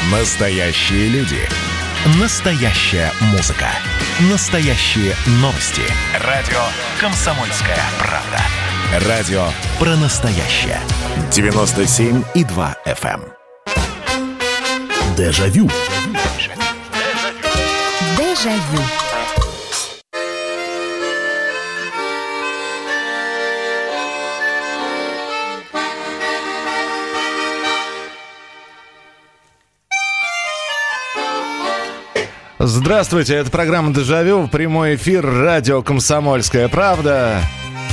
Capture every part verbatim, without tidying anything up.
Настоящие люди. Настоящая музыка. Настоящие новости. Радио «Комсомольская правда». Радио про настоящее. девяносто семь и два эф эм. Дежавю. Дежавю. Здравствуйте, это программа «Дежавю», прямой эфир, радио «Комсомольская правда».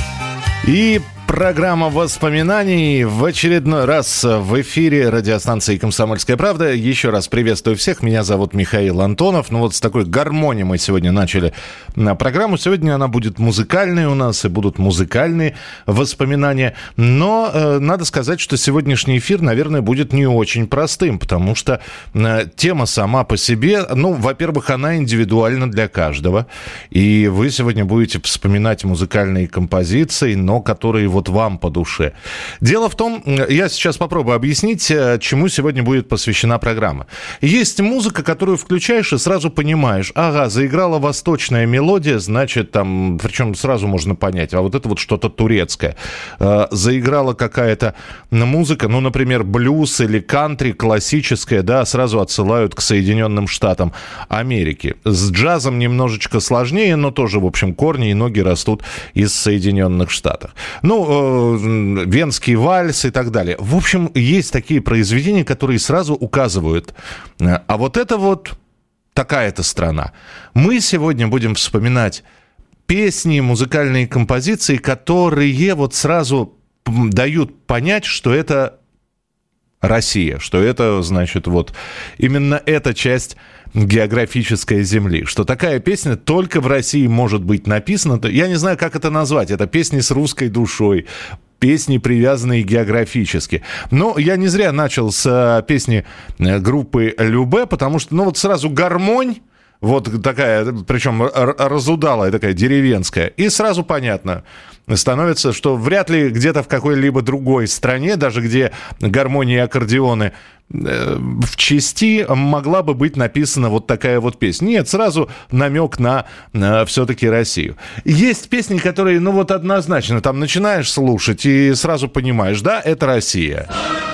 И программа воспоминаний в очередной раз в эфире радиостанции «Комсомольская правда». Еще раз приветствую всех. Меня зовут Михаил Антонов. Ну вот с такой гармонией мы сегодня начали программу. Сегодня она будет музыкальной у нас, и будут музыкальные воспоминания. Но э, надо сказать, что сегодняшний эфир, наверное, будет не очень простым, потому что э, тема сама по себе, ну, во-первых, она индивидуальна для каждого. И вы сегодня будете вспоминать музыкальные композиции, но которые вот вам по душе. Дело в том, я сейчас попробую объяснить, чему сегодня будет посвящена программа. Есть музыка, которую включаешь и сразу понимаешь, ага, заиграла восточная мелодия, значит, там, причем сразу можно понять, а вот это вот что-то турецкое. Заиграла какая-то музыка, ну, например, блюз или кантри классическая, да, сразу отсылают к Соединенным Штатам Америки. С джазом немножечко сложнее, но тоже, в общем, корни и ноги растут из Соединенных Штатов. Ну, венский вальс и так далее. В общем, есть такие произведения, которые сразу указывают, а вот это вот такая-то страна. Мы сегодня будем вспоминать песни, музыкальные композиции, которые вот сразу дают понять, что это Россия, что это, значит, вот именно эта часть географической земли, что такая песня только в России может быть написана. Я не знаю, как это назвать. Это песни с русской душой, песни, привязанные географически. Но я не зря начал с песни группы Любэ, потому что, ну, вот сразу гармонь, вот такая, причем разудалая, такая деревенская, и сразу понятно становится, что вряд ли где-то в какой-либо другой стране, даже где гармонии и аккордеоны в части, могла бы быть написана вот такая вот песня. Нет, сразу намек на, на все-таки Россию. Есть песни, которые, ну вот однозначно, там начинаешь слушать и сразу понимаешь, да, это Россия.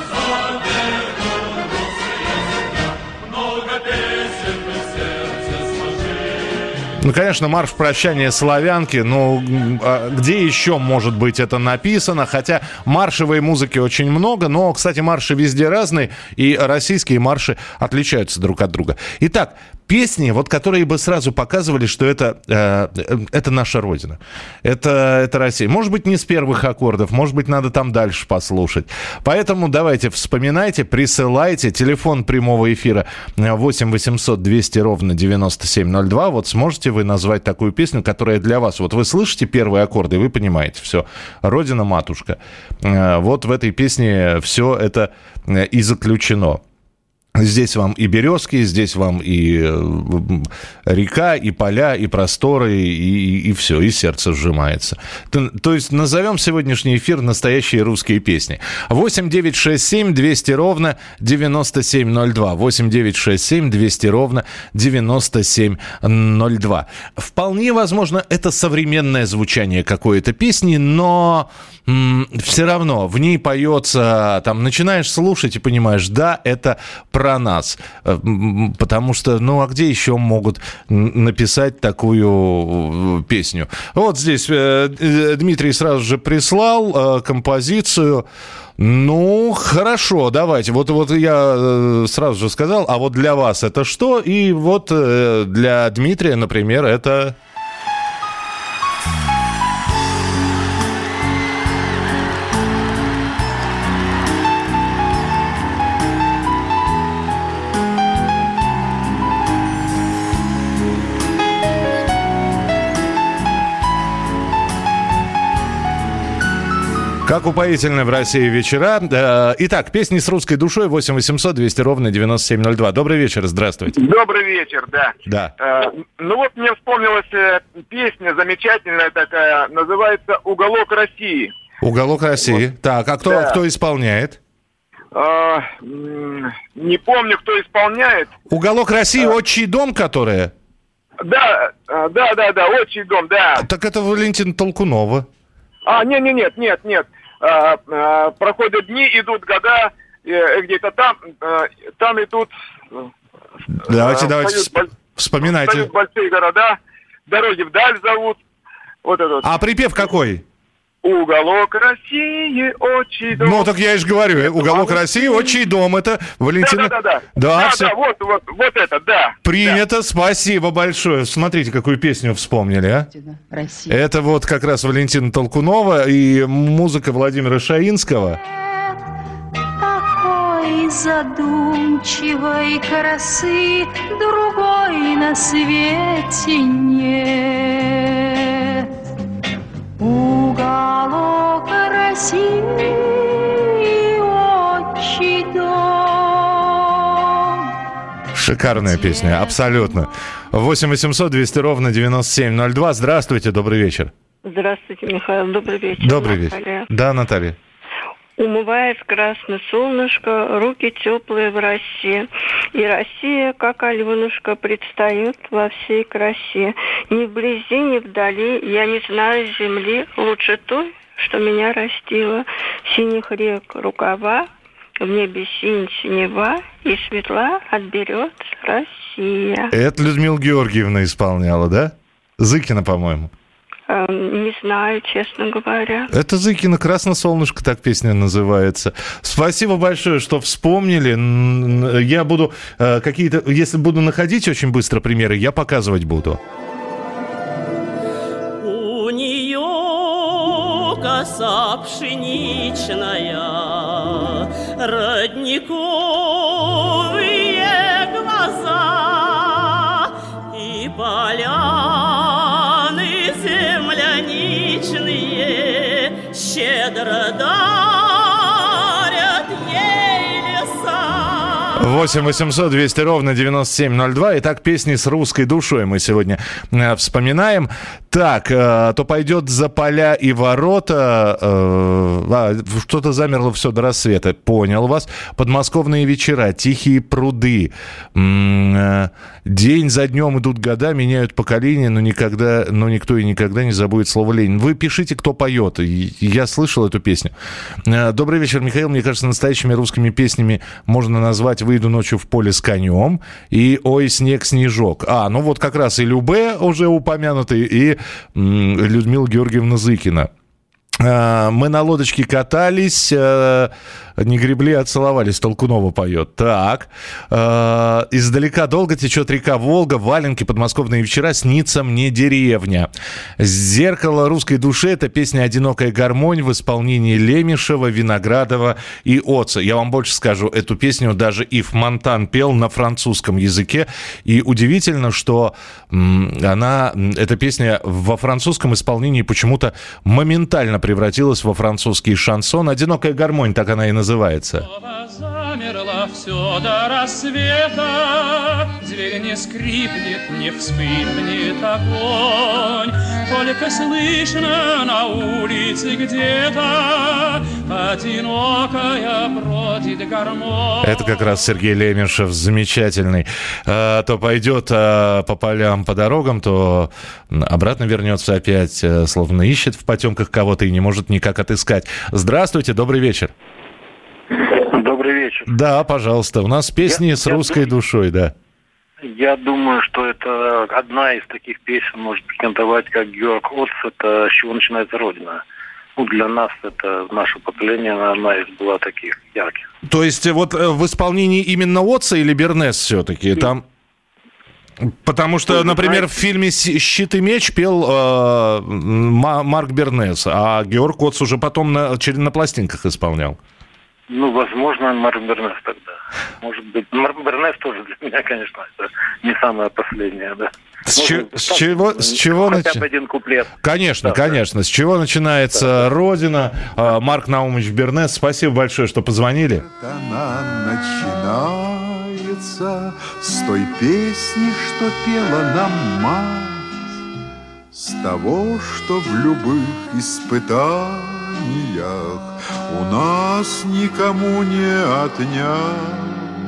Ну, конечно, марш прощания славянки, ну, где еще может быть это написано? Хотя маршевой музыки очень много, но, кстати, марши везде разные, и российские марши отличаются друг от друга. Итак, песни, вот, которые бы сразу показывали, что это, э, это наша Родина, это, это Россия. Может быть, не с первых аккордов, может быть, надо там дальше послушать. Поэтому давайте вспоминайте, присылайте. Телефон прямого эфира восемь восемьсот двести ровно девяносто семь ноль два. Вот сможете вы назвать такую песню, которая для вас... Вот вы слышите первые аккорды, и вы понимаете, все, Родина-матушка. Вот в этой песне все это и заключено. Здесь вам и березки, здесь вам и река, и поля, и просторы, и, и, и все, и сердце сжимается. То, то есть назовем сегодняшний эфир «Настоящие русские песни». восемь девятьсот шестьдесят семь двести ровно девяносто семь ноль два. восемь девятьсот шестьдесят семь двести ровно девяносто семь ноль два. Вполне возможно, это современное звучание какой-то песни, но м- все равно в ней поется, там, начинаешь слушать и понимаешь, да, это про нас. Потому что, ну, а где еще могут написать такую песню? Вот здесь Дмитрий сразу же прислал композицию. Ну, хорошо, давайте. Вот, вот я сразу же сказал, а вот для вас это что? И вот для Дмитрия, например, это... Как упоительны в России вечера. Итак, песни с русской душой. восемь восемьсот двести ровно девяносто семь ноль два. Добрый вечер, здравствуйте. Добрый вечер, да. Да. Э, ну вот мне вспомнилась э, песня замечательная такая, называется «Уголок России». «Уголок России». Вот. Так, а кто, да. кто исполняет? А, не помню, кто исполняет. «Уголок России», «Отчий дом», которая? Да, да, да, да, «Отчий дом», да. Так это Валентина Толкунова. А, нет, нет, нет, нет, нет. А, а, проходят дни, идут года, э, где-то там, э, там и тут. Давайте, э, давайте, встают, вспоминайте. Встают большие города, дороги вдаль зовут. Вот это вот. А припев какой? «Уголок России, отчий дом». Ну, так я и же говорю, «Уголок а, России», «Отчий дом». Это Валентина... Да, да, да. Да, Да, все... да, вот, вот, вот это, да. Принято, да. Спасибо большое. Смотрите, какую песню вспомнили, а? Россия. Это вот как раз Валентина Толкунова и музыка Владимира Шаинского. Такой задумчивой красы другой на свете нет. Уголок России, отчий дом. Шикарная песня, абсолютно. восемь восемьсот двести ровно девяносто семь ноль два. Здравствуйте, добрый вечер. Здравствуйте, Михаил, добрый вечер. Добрый Наталья. вечер. Да, Наталья. Умывает красное солнышко, руки теплые в росе. И Россия, как Аленушка, предстает во всей красе. Ни вблизи, ни вдали, я не знаю земли лучше той, что меня растила. Синих рек рукава, в небе синь синева, и светла отберет Россия. Это Людмила Георгиевна исполняла, да? Зыкина, по-моему. Не знаю, честно говоря. Это Зыкина «Красное солнышко», так песня называется. Спасибо большое, что вспомнили. Я буду э, какие-то... Если буду находить очень быстро примеры, я показывать буду. У нее коса пшеничная, родниковые глаза и поля щедро дарят ей леса. восемь восемьсот двести ровно девяносто семь ноль два. Итак, песни с русской душой мы сегодня э, вспоминаем. Так, э, то пойдет «За поля и ворота». Э, а, что-то замерло все до рассвета. Понял вас. «Подмосковные вечера», «Тихие пруды». М- э, «День за днем идут года, меняют поколения, но, никогда, но никто и никогда не забудет слово Ленин». Вы пишите, кто поет. Я слышал эту песню. Э, добрый вечер, Михаил. Мне кажется, настоящими русскими песнями можно назвать «Выйду ночью в поле с конем» и «Ой, снег, снежок». А, ну вот как раз и Любэ уже упомянутый, и м- Людмила Георгиевна Зыкина. Э, «Мы на лодочке катались, э, не гребли, а целовались», Толкунова поет. Так. Э, «Издалека долго течет река Волга, валенки, подмосковные вечера, снится мне деревня». «Зеркало русской души» — это песня «Одинокая гармонь» в исполнении Лемешева, Виноградова и Оца. Я вам больше скажу, эту песню даже Ив Монтан пел на французском языке. И удивительно, что м, она, эта песня во французском исполнении почему-то моментально превратилась во французский шансон. «Одинокая гармонь», так она и называется. Замерло все до рассвета, дверь не скрипнет, не вспыхнет огонь, только слышно на улице где-то одинокая бродит гармонь. Это как раз Сергей Лемешев, замечательный. А, то пойдет а, по полям, по дорогам, то обратно вернется опять, а, словно ищет в потемках кого-то и не может никак отыскать. Здравствуйте, добрый вечер. Добрый вечер. Да, пожалуйста. У нас песни я, с я русской дум... душой, да. Я думаю, что это одна из таких песен может претендовать, как Георг Оц, это «С чего начинается Родина». Ну, для нас, это наше поколение, одна из была таких ярких. То есть вот в исполнении именно Оца или Бернес все-таки? Там... Потому что, ну, например, знаете... в фильме «Щит и меч» пел э, Марк Бернес, а Георг Оц уже потом на, на пластинках исполнял. Ну, возможно, Марк Бернес тогда. Может быть. Марк Бернес тоже для меня, конечно, это не самое последнее, да. С, ч- с чего, с чего хотя нач... бы один куплет. Конечно, да, конечно. Да. С чего начинается да. «Родина»? А, Марк Наумович Бернес, спасибо большое, что позвонили. Она начинается с той песни, что пела нам мать, с того, что в любых испытаниях у нас никому не отнять.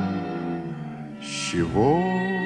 С чего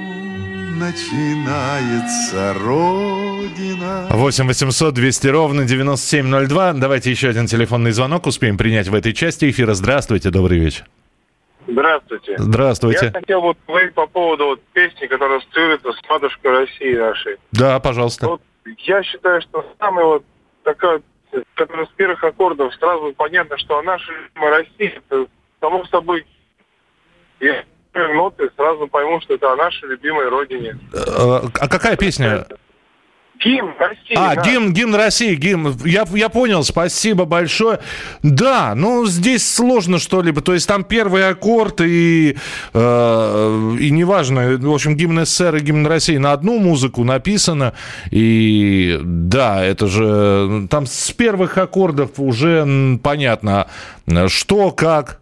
начинается Родина? восемь восемьсот двести ровно девяносто семь ноль два. Давайте еще один телефонный звонок успеем принять в этой части эфира. Здравствуйте, добрый вечер. Здравствуйте. Здравствуйте. Я хотел вот говорить по поводу вот песни, которая ассоциируется с матушкой России нашей. Да, пожалуйста. Вот я считаю, что самая вот такая, которая с первых аккордов сразу понятно, что наша любимая Россия, это само собой, я ноты сразу пойму, что это о нашей любимой родине. А какая песня? Гимн России. А, да. гимн, гимн России, гимн. Я, я понял, спасибо большое. Да, ну здесь сложно что-либо. То есть там первый аккорд и, э, и неважно, в общем, гимн СССР и гимн России на одну музыку написано. И да, это же там с первых аккордов уже понятно, что, как.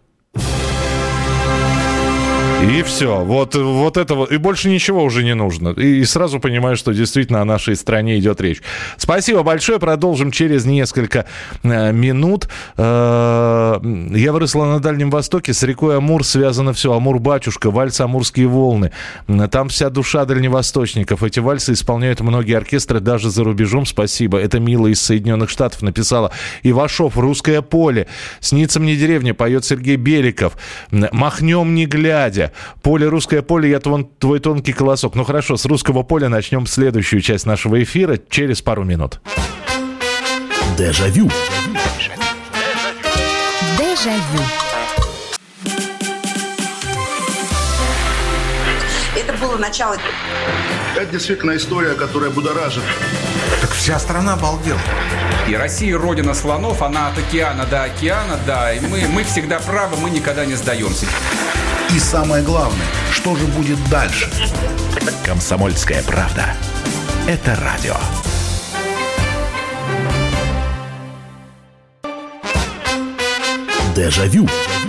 И все. Вот, вот это вот. И больше ничего уже не нужно. И, и сразу понимаешь, что действительно о нашей стране идет речь. Спасибо большое. Продолжим через несколько э, минут. Э, я выросла на Дальнем Востоке. С рекой Амур связано все. Амур-батюшка, вальс «Амурские волны». Там вся душа дальневосточников. Эти вальсы исполняют многие оркестры даже за рубежом. Спасибо. Это Мила из Соединенных Штатов написала. Ивашов, «Русское поле». «Снится мне деревня», поет Сергей Беликов. «Махнем не глядя». Поле, русское поле, я твой, твой тонкий колосок. Ну хорошо, с русского поля начнем следующую часть нашего эфира через пару минут. Дежавю. Дежавю. Это было начало. Это действительно история, которая будоражит. Так вся страна обалдела. И Россия родина слонов, она от океана до океана, да. И мы, мы всегда правы, мы никогда не сдаемся. И самое главное, что же будет дальше? «Комсомольская правда». Это радио. Дежавю.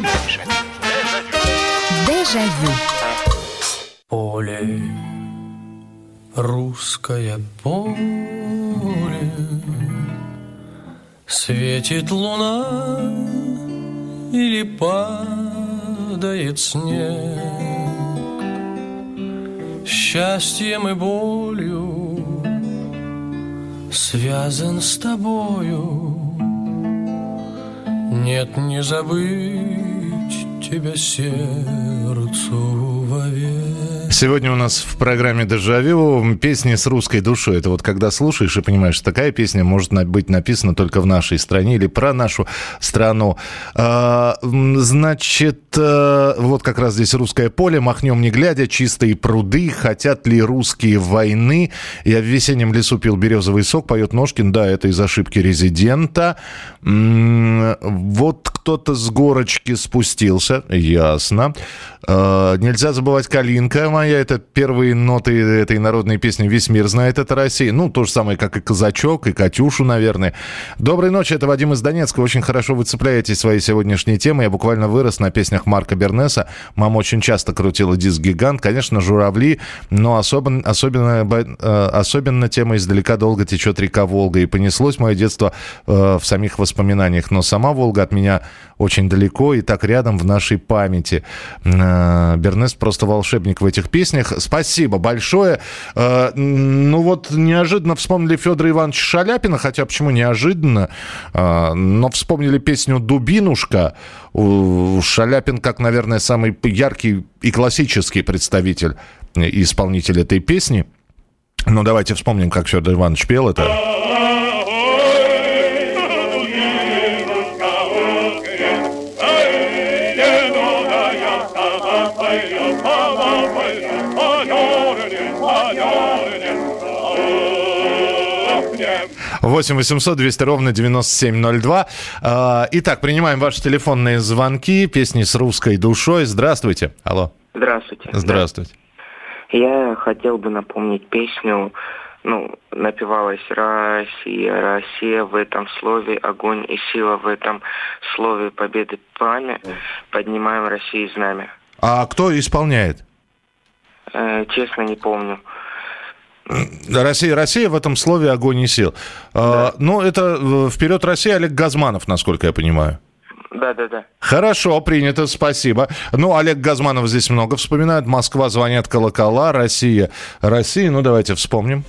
Дежавю. Поле, русское поле, светит луна или падает снег, счастьем и болью связан с тобою. Нет, не забыть тебя сердцу вовек. Сегодня у нас в программе «Дежавю» песни с русской душой. Это вот когда слушаешь и понимаешь, что такая песня может быть написана только в нашей стране или про нашу страну. А, значит, вот как раз здесь «Русское поле», «Махнем не глядя», «Чистые пруды», «Хотят ли русские войны», «Я в весеннем лесу пил березовый сок», поет Ножкин. Да, это из «Ошибки резидента». Вот кто-то с горочки спустился, ясно. Нельзя забывать «Калинка моя». Это первые ноты этой народной песни «Весь мир знает, это Россия». Ну, то же самое, как и «Казачок», и «Катюшу», наверное. Доброй ночи, это Вадим из Донецка. Очень хорошо вы цепляетесь своей сегодняшней темой. Я буквально вырос на песнях Марка Бернеса. Мама очень часто крутила диск «Гигант». Конечно, «Журавли», но особенно, особенно, особенно тема «Издалека долго течет река Волга». И понеслось мое детство в самих воспоминаниях. Но сама Волга от меня очень далеко и так рядом в нашей памяти. Бернес просто волшебник в этих песнях. Спасибо большое. Ну вот неожиданно вспомнили Федора Ивановича Шаляпина, хотя почему неожиданно, но вспомнили песню «Дубинушка». Шаляпин, как, наверное, самый яркий и классический представитель, исполнитель этой песни. Ну давайте вспомним, как Федор Иванович пел это. восемь восемьсот двести ровно девяносто семь ноль два. Итак, принимаем ваши телефонные звонки. Песни с русской душой. Здравствуйте. Алло. Здравствуйте. Здравствуйте. Я хотел бы напомнить песню, ну, напевалась «Россия, Россия, в этом слове огонь и сила, в этом слове победы пламя, поднимаем России знамя». А кто исполняет? Э, честно, не помню. Россия, Россия в этом слове огонь и сил. Да. А, ну, это «Вперед, Россия» Олег Газманов, насколько я понимаю. Да, да, да. Хорошо, принято, спасибо. Ну, Олег Газманов здесь много вспоминает. Москва, звонят колокола, Россия, Россия. Ну, давайте вспомним.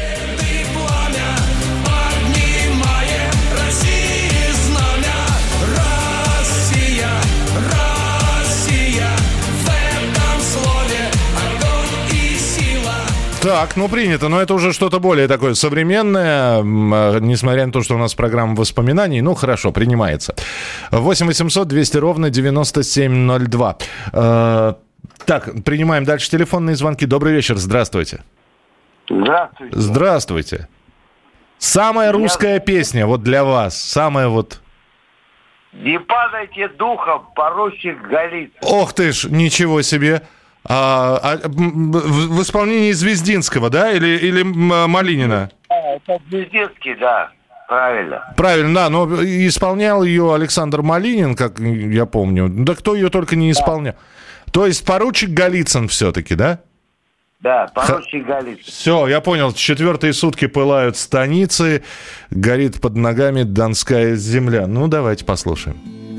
Так, ну принято, но это уже что-то более такое современное, несмотря на то, что у нас программа воспоминаний. Ну, хорошо, принимается. восемь восемьсот двести ровно девяносто семь ноль два. Э, так, принимаем дальше телефонные звонки. Добрый вечер, здравствуйте. Здравствуйте. Здравствуйте. Самая русская Я... песня вот для вас, самая вот... Не падайте духом, поручик Голицын. Ох ты ж, ничего себе. А, а, в, в исполнении Звездинского, да, или, или Малинина? Да, это Звездинский, да, правильно. Правильно, да, но исполнял ее Александр Малинин, как я помню. Да кто ее только не исполнял. Да. То есть поручик Голицын все-таки, да? Да, поручик Х... Голицын. Все, я понял. Четвертые сутки пылают станицы, горит под ногами Донская земля. Ну, давайте послушаем.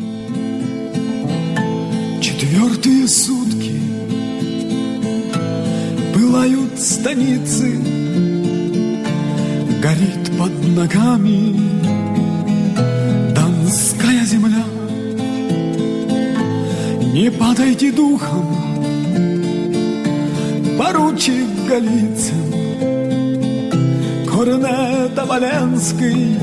Четвертые сутки пылают станицы, горит под ногами Донская земля. Не падайте духом, поручик Голицын, корнет Оболенский,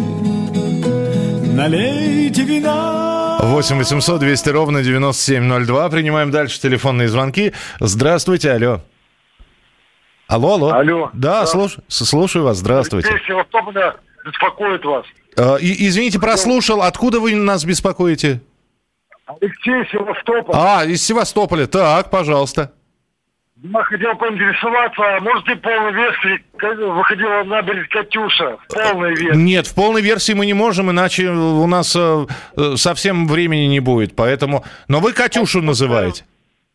налейте вина. восемь восемьсот двести ровно девяносто семь ноль два. Принимаем дальше телефонные звонки. Здравствуйте, алло. Алло, алло. Алло. Да, да. Слуш... слушаю вас, здравствуйте. Алексей Севастополя беспокоит вас. Э, и, извините, прослушал. Откуда вы нас беспокоите? Алексей Севастополь. А, из Севастополя. Так, пожалуйста. Я хотел поинтересоваться, может ли в полной версии выходила на берег Катюша? В полной версии. Нет, в полной версии мы не можем, иначе у нас э, совсем времени не будет. Поэтому... Но вы Катюшу называете.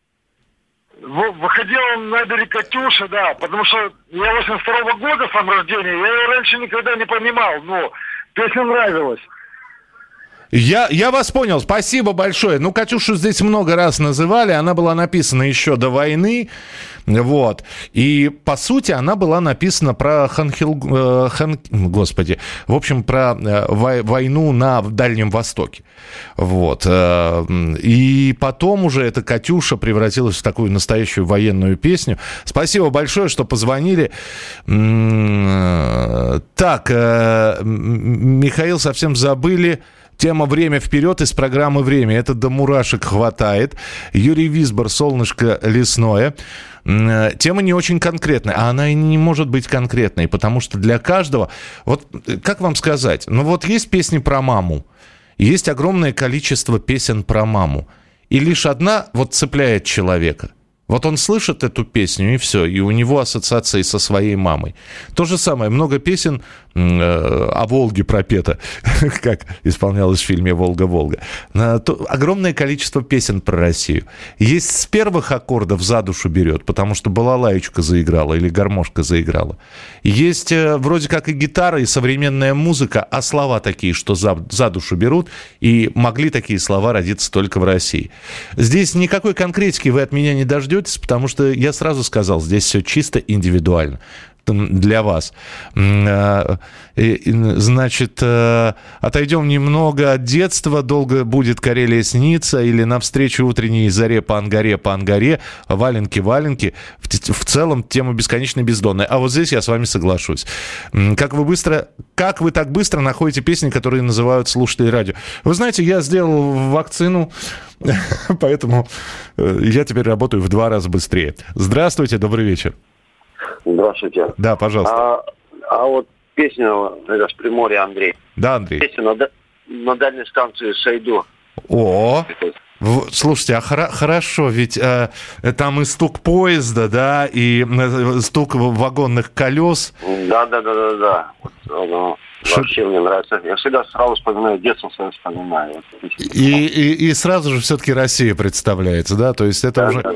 Выходила на берег Катюша, да, потому что я восемьдесят второго года сам рождения, я ее раньше никогда не понимал, но песня нравилась. Я, я вас понял, спасибо большое. Ну, Катюшу здесь много раз называли, она была написана еще до войны, вот. И, по сути, она была написана про Ханхил... Э, хан, господи, в общем, про э, войну на Дальнем Востоке, вот. Э, и потом уже эта Катюша превратилась в такую настоящую военную песню. Спасибо большое, что позвонили. Так, э, Михаил, совсем забыли. Тема «Время вперед» из программы «Время». Это до мурашек хватает. Юрий Висбор «Солнышко лесное». Тема не очень конкретная, а она и не может быть конкретной, потому что для каждого... Вот как вам сказать? Ну вот есть песни про маму, есть огромное количество песен про маму. И лишь одна вот цепляет человека. Вот он слышит эту песню, и все, и у него ассоциации со своей мамой. То же самое, много песен э, о Волге пропето, как исполнялось в фильме «Волга-Волга». То, огромное количество песен про Россию. Есть с первых аккордов «За душу берет», потому что балалаечка заиграла или гармошка заиграла. Есть э, вроде как и гитара, и современная музыка, а слова такие, что за, за душу берут, и могли такие слова родиться только в России. Здесь никакой конкретики вы от меня не дождетесь, потому что я сразу сказал, здесь все чисто индивидуально для вас. Значит, отойдем немного от детства, долго будет Карелия сниться, или навстречу утренней заре по ангаре, по ангаре, валенки, валенки. В целом тема бесконечно бездонная. А вот здесь я с вами соглашусь. Как вы быстро, как вы так быстро находите песни, которые называют слушатели радио? Вы знаете, я сделал вакцину, поэтому я теперь работаю в два раза быстрее. Здравствуйте, добрый вечер. Здравствуйте. Да, пожалуйста. А, а вот песня, это с Приморья, Андрей. Да, Андрей. Песня на, на дальней станции «Сойду». О, слушайте, а хора- хорошо, ведь э, там и стук поезда, да, и э, стук вагонных колес. Да-да-да-да-да. Вообще мне нравится. Я всегда сразу вспоминаю, детство свое вспоминаю. И, и, и сразу же все-таки Россия представляется, да? То есть это да, уже... Да, да.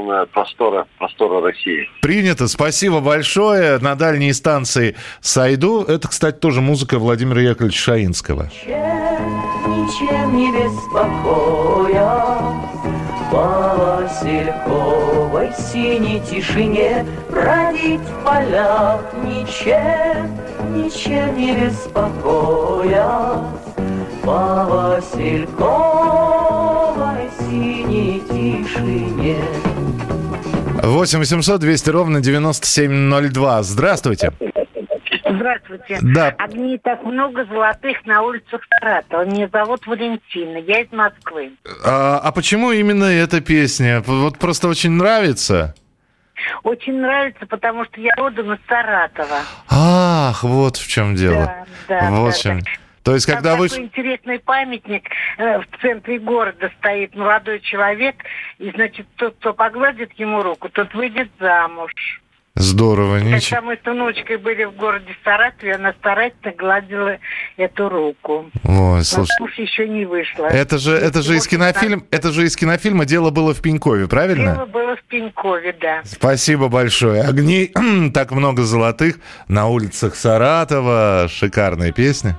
огромная простора, простора России. Принято, спасибо большое. На дальней станции сойду. Это, кстати, тоже музыка Владимира Яковлевича Шаинского. Ничем не беспокоя, по васильковой синей тишине бродить в полях, ничем, ничем не беспокоя, по васильковой синей тишине. восемь восемьсот двести ровно девяносто семь ноль два. Здравствуйте. Здравствуйте. Да. Огней так много золотых на улицах Саратова. Меня зовут Валентина. Я из Москвы. А, а почему именно эта песня? Вот просто очень нравится? Очень нравится, потому что я родом из Саратова. Ах, вот в чем дело. Да, да, вот да, в чем. да. То есть, Там когда вы... такой интересный памятник э, в центре города стоит молодой человек, и, значит, тот, кто погладит ему руку, тот выйдет замуж. Здорово, ничего. Когда мы с внучкой были в городе Саратове, она старательно гладила эту руку. Ой, слушай. Но уж еще не вышло. Это же, это же из кинофильма, это же из кинофильма «Дело было в Пенькове», правильно? Дело было в Пенькове, да. Спасибо большое. Огней так много золотых на улицах Саратова. Шикарная песня.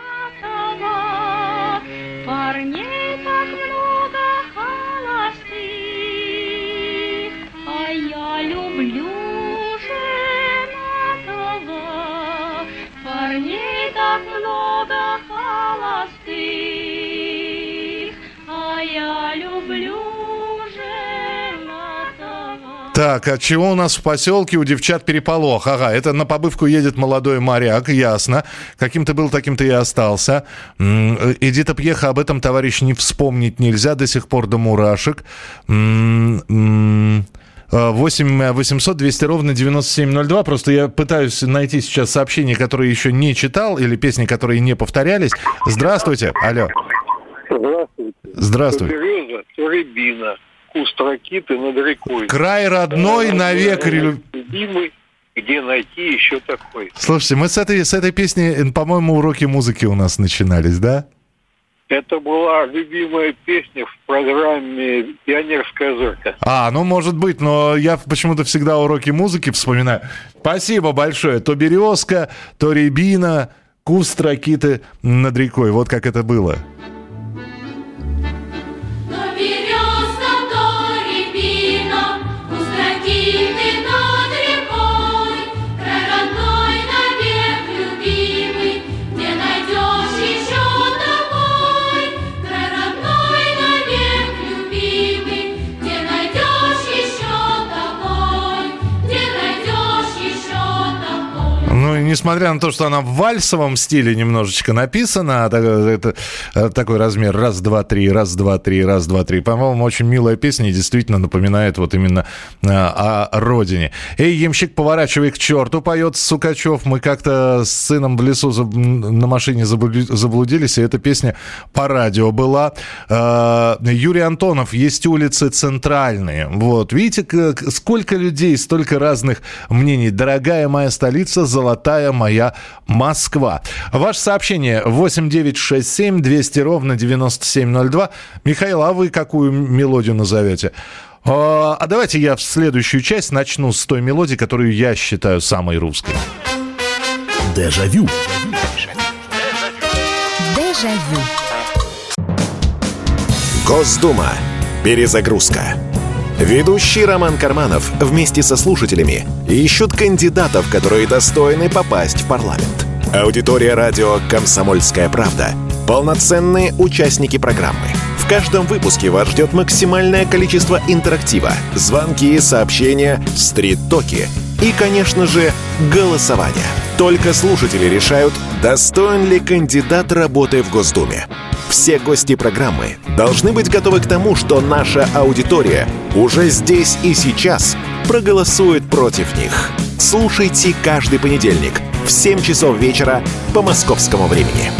Парней так много холостых, а я люблю женатого. Парней так много холостых, а я люблю женатого. Так, а чего у нас в поселке у девчат переполох? Ага, это на побывку едет молодой моряк, ясно. Каким ты был, таким ты и остался. Эдита Пьеха, об этом, товарищ, не вспомнить нельзя, до сих пор до мурашек. восемь восемьсот двести ровно девяносто семь ноль два. Просто я пытаюсь найти сейчас сообщения, которые еще не читал, или песни, которые не повторялись. Здравствуйте, алло. Здравствуйте. Здравствуйте. Береза, Рябина, куст ракиты над рекой. Край родной, навек любимый, где найти еще такой. Слушайте, мы с этой, с этой песни, по-моему, уроки музыки у нас начинались, да? Это была любимая песня в программе «Пионерская зорька». А, ну, может быть, но я почему-то всегда уроки музыки вспоминаю. Спасибо большое. То березка, то рябина, куст ракиты над рекой. Вот как это было. Ну, несмотря на то, что она в вальсовом стиле немножечко написана, это, это такой размер раз, два, три, раз, два, три, раз, два, три. По-моему, очень милая песня и действительно напоминает вот именно о, о родине. «Эй, ямщик, поворачивай к черту», поет Сукачев. Мы как-то с сыном в лесу на машине заблудились, и эта песня по радио была. Юрий Антонов, «Есть улицы центральные». Вот, видите, сколько людей, столько разных мнений. «Дорогая моя столица, золотая моя Москва». Ваше сообщение восемь девятьсот шестьдесят семь двести ровно девяносто семь ноль два. Михаил, а вы какую мелодию назовете? А, а давайте я в следующую часть начну с той мелодии, которую я считаю самой русской. Дежавю. Дежавю. Госдума. Перезагрузка. Ведущий Роман Карманов вместе со слушателями ищут кандидатов, которые достойны попасть в парламент. Аудитория радио «Комсомольская правда» — полноценные участники программы. В каждом выпуске вас ждет максимальное количество интерактива, звонки, сообщения, стрит-токи и, конечно же, голосование. Только слушатели решают, достоин ли кандидат работы в Госдуме. Все гости программы должны быть готовы к тому, что наша аудитория уже здесь и сейчас проголосует против них. Слушайте каждый понедельник в семь часов вечера по московскому времени.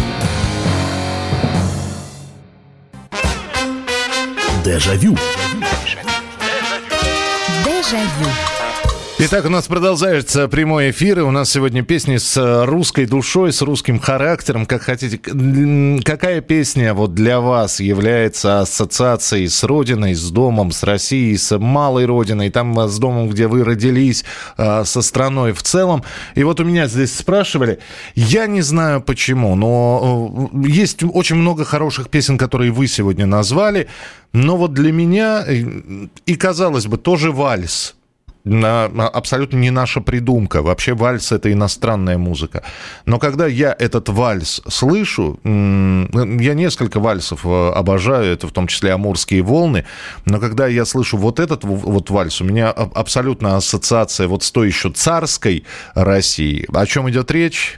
Дежавю. Дежавю. Итак, у нас продолжается прямой эфир, и у нас сегодня песни с русской душой, с русским характером, как хотите. Какая песня вот для вас является ассоциацией с родиной, с домом, с Россией, с малой родиной, там с домом, где вы родились, со страной в целом? И вот у меня здесь спрашивали, я не знаю почему, но есть очень много хороших песен, которые вы сегодня назвали, но вот для меня, и казалось бы, тоже вальс. Абсолютно не наша придумка. Вообще вальс — это иностранная музыка. Но когда я этот вальс слышу, я несколько вальсов обожаю, это в том числе «Амурские волны», но когда я слышу вот этот вот вальс, у меня абсолютно ассоциация вот с той еще царской Россией. О чем идет речь?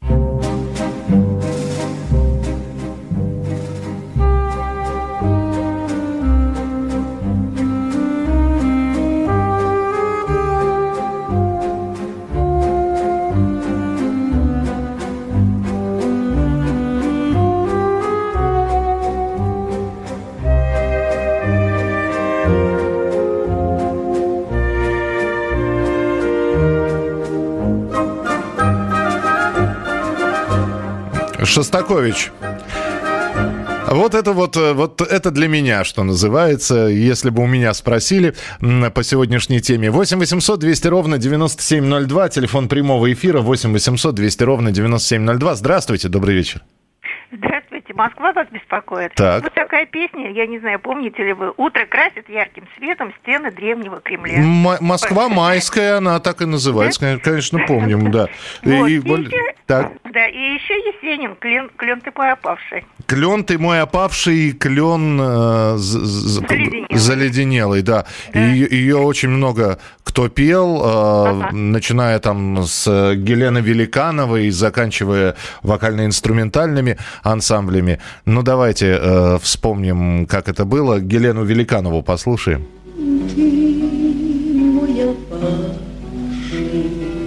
Шостакович. Вот это вот, вот это для меня, что называется, если бы у меня спросили по сегодняшней теме. восемь восемьсот двести ровно девяносто семь ноль два, телефон прямого эфира восемь восемьсот двести ровно девяносто семь ноль два. Здравствуйте, добрый вечер. Здравствуйте, Москва вас беспокоит. Так. Вот такая песня, я не знаю, помните ли вы, «Утро красит ярким светом стены древнего Кремля». М- Москва майская, она так и называется, да? Конечно, помним, да. Вот. И, И и, еще, так. да, и еще Есенин, клен, клен ты мой опавший. Клен ты мой опавший, клен э, заледенелый. заледенелый, да. да. И, ее очень много кто пел, э, ага. начиная там с Гелены Великановой, заканчивая вокально-инструментальными ансамблями. Ну, давайте э, вспомним, как это было. Гелену Великанову послушаем. Ты мой опавший,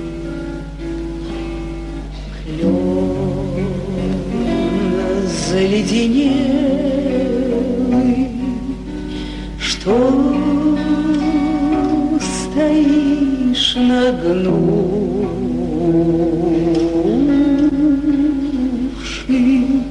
клен заледенелый, что стоишь нагнувшись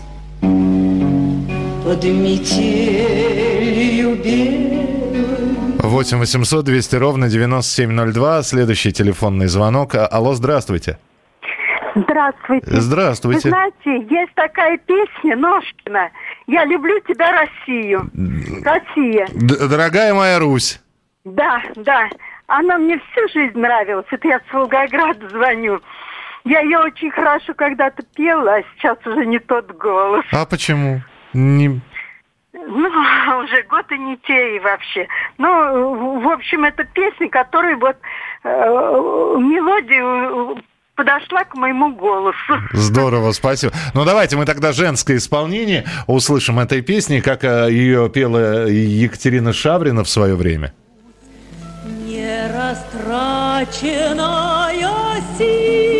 под метелью белой. восемь восемьсот двести ровно девяносто семь ноль два. Следующий телефонный звонок. Алло, здравствуйте. Здравствуйте. Здравствуйте. Вы знаете, есть такая песня Ножкина «Я люблю тебя, Россию». Россия. Д- дорогая моя Русь. Да, да. Она мне всю жизнь нравилась. Это я с Волгограда звоню. Я ее очень хорошо когда-то пела, а сейчас уже не тот голос. А почему? Не... Ну, уже год и не те и вообще. Ну, в общем, это песня, которая вот э, мелодию подошла к моему голосу. Здорово, спасибо. Ну, давайте мы тогда женское исполнение услышим этой песни, как ее пела Екатерина Шаврина в свое время. Не растраченная сила,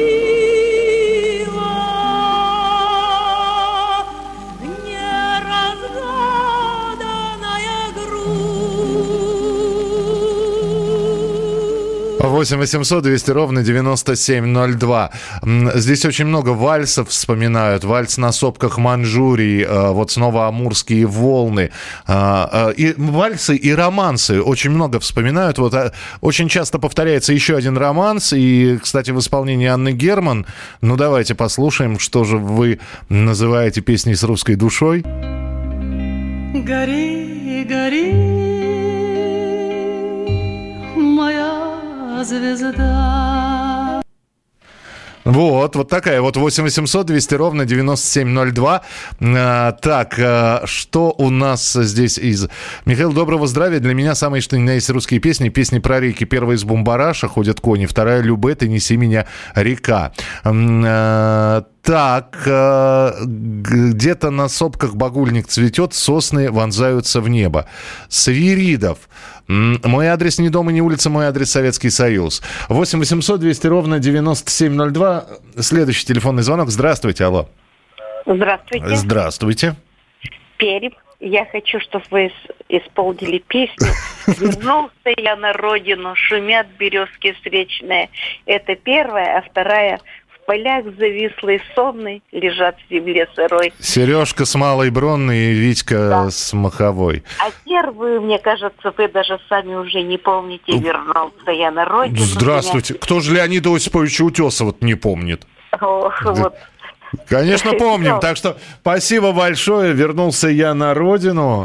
восемь восемьсот двести ровно девяносто семь ноль два. Здесь очень много вальсов вспоминают. Вальс на сопках Маньчжурии, вот снова «Амурские волны». И вальсы, и романсы очень много вспоминают. Вот очень часто повторяется еще один романс. И, кстати, в исполнении Анны Герман. Ну, давайте послушаем, что же вы называете песней с русской душой. Гори, гори, моя звезда. Вот, вот такая вот восемь восемьсот двести ровно девяносто семь ноль два. А, так, а, что у нас здесь из... Михаил, доброго здравия. Для меня самые что ни на есть русские песни. Песни про реки. Первая из Бумбараша «Ходят кони». Вторая «Любэ, ты неси меня, река». А, так, а, где-то на сопках багульник цветет, сосны вонзаются в небо. Свиридов. Мой адрес не дом и не улица, мой адрес Советский Союз. восемь восемьсот двести ровно девяносто семь ноль два. Следующий телефонный звонок. Здравствуйте, алло. Здравствуйте. Здравствуйте. Пермь. Я хочу, чтобы вы исполнили песню «Вернулся я на родину, шумят березки встречные». Это первая, а вторая «В полях завислый сонный лежат в земле сырой». Сережка с Малой Бронной и Витька да. с Маховой. А первую, мне кажется, вы даже сами уже не помните «Вернулся я на родину». Здравствуйте. Меня... Кто же Леонида Осиповича Утесова не помнит? Ох, вот. Конечно, помним. Так что спасибо большое. Вернулся я на родину.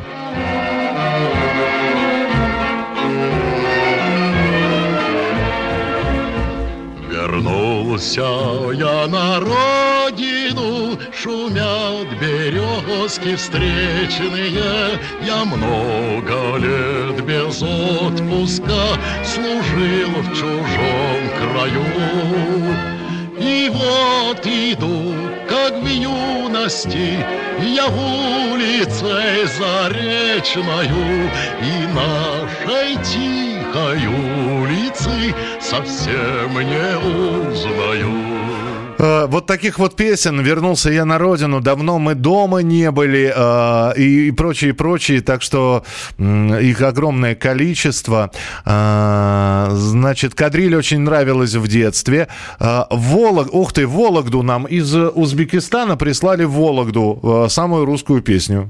Вернулся я на родину, шумят березки встречные. Я много лет без отпуска служил в чужом краю. И вот иду, как в юности, я улицей заречною, и нашей тихой улицы совсем не узнаю. Вот таких вот песен «Вернулся я на родину», «Давно мы дома не были» э, и прочие, и прочие. Так что э, их огромное количество. Э, значит, «Кадриль» очень нравилась в детстве. Э, Волог... Ух ты, Вологду нам из Узбекистана прислали в Вологду э, самую русскую песню.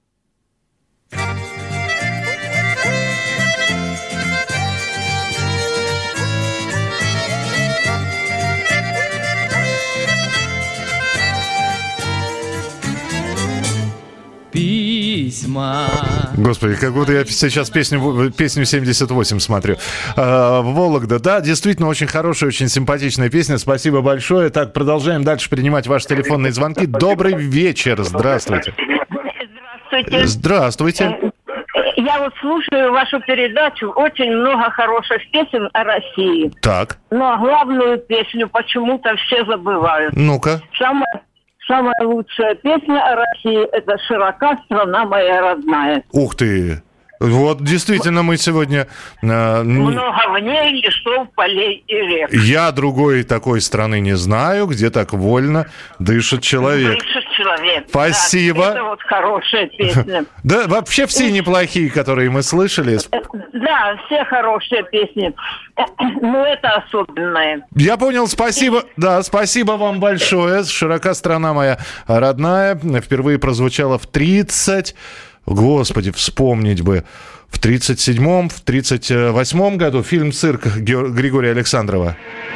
Письма. Господи, как будто я сейчас песню, песню семьдесят восемь смотрю. А, Вологда, да, действительно очень хорошая, очень симпатичная песня. Спасибо большое. Так, продолжаем дальше принимать ваши телефонные звонки. Добрый вечер, здравствуйте. Здравствуйте. Здравствуйте. Я вот слушаю вашу передачу, очень много хороших песен о России. Так. Но главную песню почему-то все забывают. Ну-ка. Самая Самая лучшая песня о России – это «Широка страна моя родная». Ух ты! Вот действительно мы сегодня... Э, Много в ней лесов, полей и рек. Я другой такой страны не знаю, где так вольно дышит человек. Дышит человек. Спасибо. Да, это вот хорошая песня. Да, вообще все неплохие, которые мы слышали. Да, все хорошие песни. Но это особенное. Я понял, спасибо. Да, спасибо вам большое. «Широка страна моя родная» впервые прозвучала в тридцать... Господи, вспомнить бы. В тридцать седьмом, в тридцать восьмом году фильм «Цирк» Григория Александрова.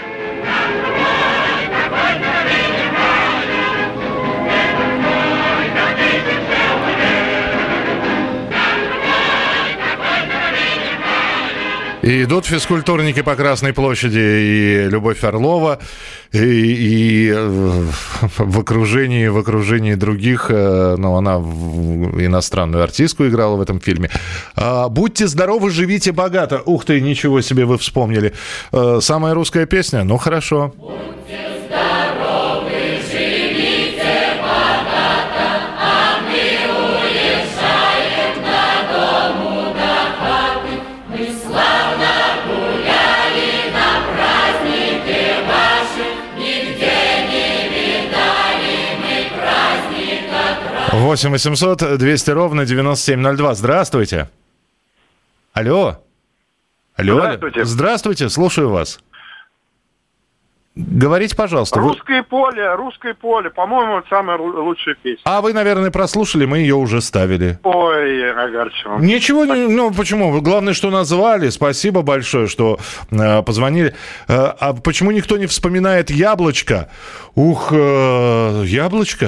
И идут физкультурники по Красной площади, и Любовь Орлова, и, и в окружении, в окружении других, ну, она иностранную артистку играла в этом фильме. «Будьте здоровы, живите богато». Ух ты, ничего себе вы вспомнили. Самая русская песня? Ну, хорошо. Будьте здоровы, живите богато, а мы уезжаем на дому до хаты. Мы славно гуляли на празднике ваши, нигде не видали мы праздника. восемь восемьсот двести ровно девяносто семь ноль два. Здравствуйте. Алло. Алло. Здравствуйте. Здравствуйте, слушаю вас. Говорите, пожалуйста. «Русское вы... поле», «Русское поле», по-моему, это самая лучшая песня. А вы, наверное, прослушали, мы ее уже ставили. Ой, огорчен. Ничего, не, ну почему? Главное, что назвали. Спасибо большое, что э, позвонили. Э, а почему никто не вспоминает «Яблочко»? Ух, э, «Яблочко».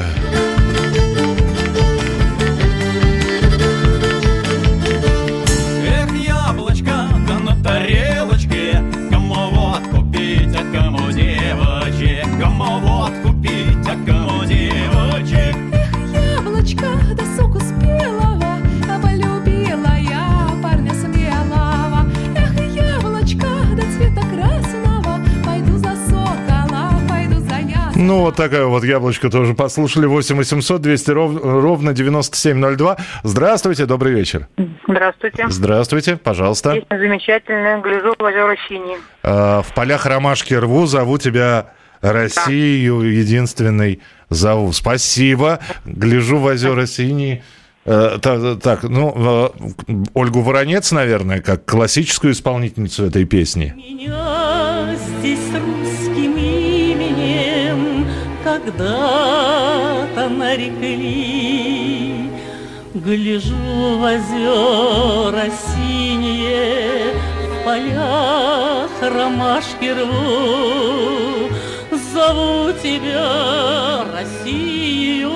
Эх, яблочко, да на тарелочке, кому водку пить, а кому девочек, кому водку пить, а кому девочек. Эх, яблочко, да соку спелого, а полюбила я парня смелого. Эх, яблочко, да цвета красного, пойду за сокола, пойду за ясного. Ну, вот такая вот «Яблочко» тоже послушали. восемь восемьсот двести ровно девяносто семь ноль два. Здравствуйте, добрый вечер. Здравствуйте. Здравствуйте, пожалуйста. Песня замечательная, «Гляжу в озера синие». Э, в полях ромашки рву, зову тебя Россию, да. Единственный зову. Спасибо. «Гляжу в озера синие». Э, так, так, ну, э, Ольгу Воронец, наверное, как классическую исполнительницу этой песни. Меня здесь русским именем когда-то нарекли. Гляжу в озера синие, в полях ромашки рву. Зову тебя, Россию,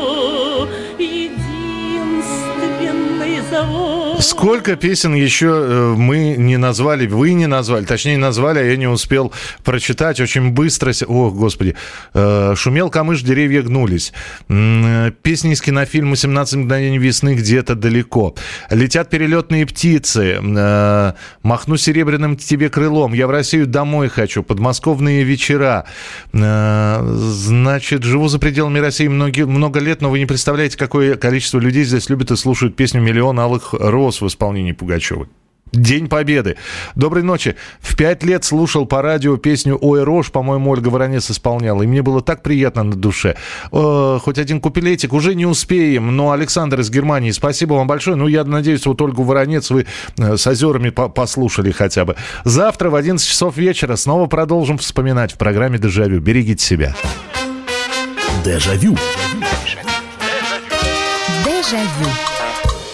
единственный зову. Сколько песен еще мы не назвали, вы не назвали, точнее назвали, а я не успел прочитать очень быстро. О, Господи. «Шумел камыш, деревья гнулись». Песни из кинофильма «семнадцать мгновений весны» где-то далеко. «Летят перелетные птицы». «Махну серебряным тебе крылом». «Я в Россию домой хочу». «Подмосковные вечера». Значит, «Живу за пределами России много, много лет, но вы не представляете, какое количество людей здесь любят и слушают песню «Миллион алых роз» в исполнении Пугачевой. День Победы. Доброй ночи. В пять лет слушал по радио песню «Ой, рожь», по-моему, Ольга Воронец исполняла. И мне было так приятно на душе. Э, хоть один куплетик уже не успеем. Но Александр из Германии, спасибо вам большое. Ну, я надеюсь, вот Ольгу Воронец вы с озерами по- послушали хотя бы. Завтра в одиннадцать часов вечера снова продолжим вспоминать в программе «Дежавю». Берегите себя. Дежавю. Дежавю.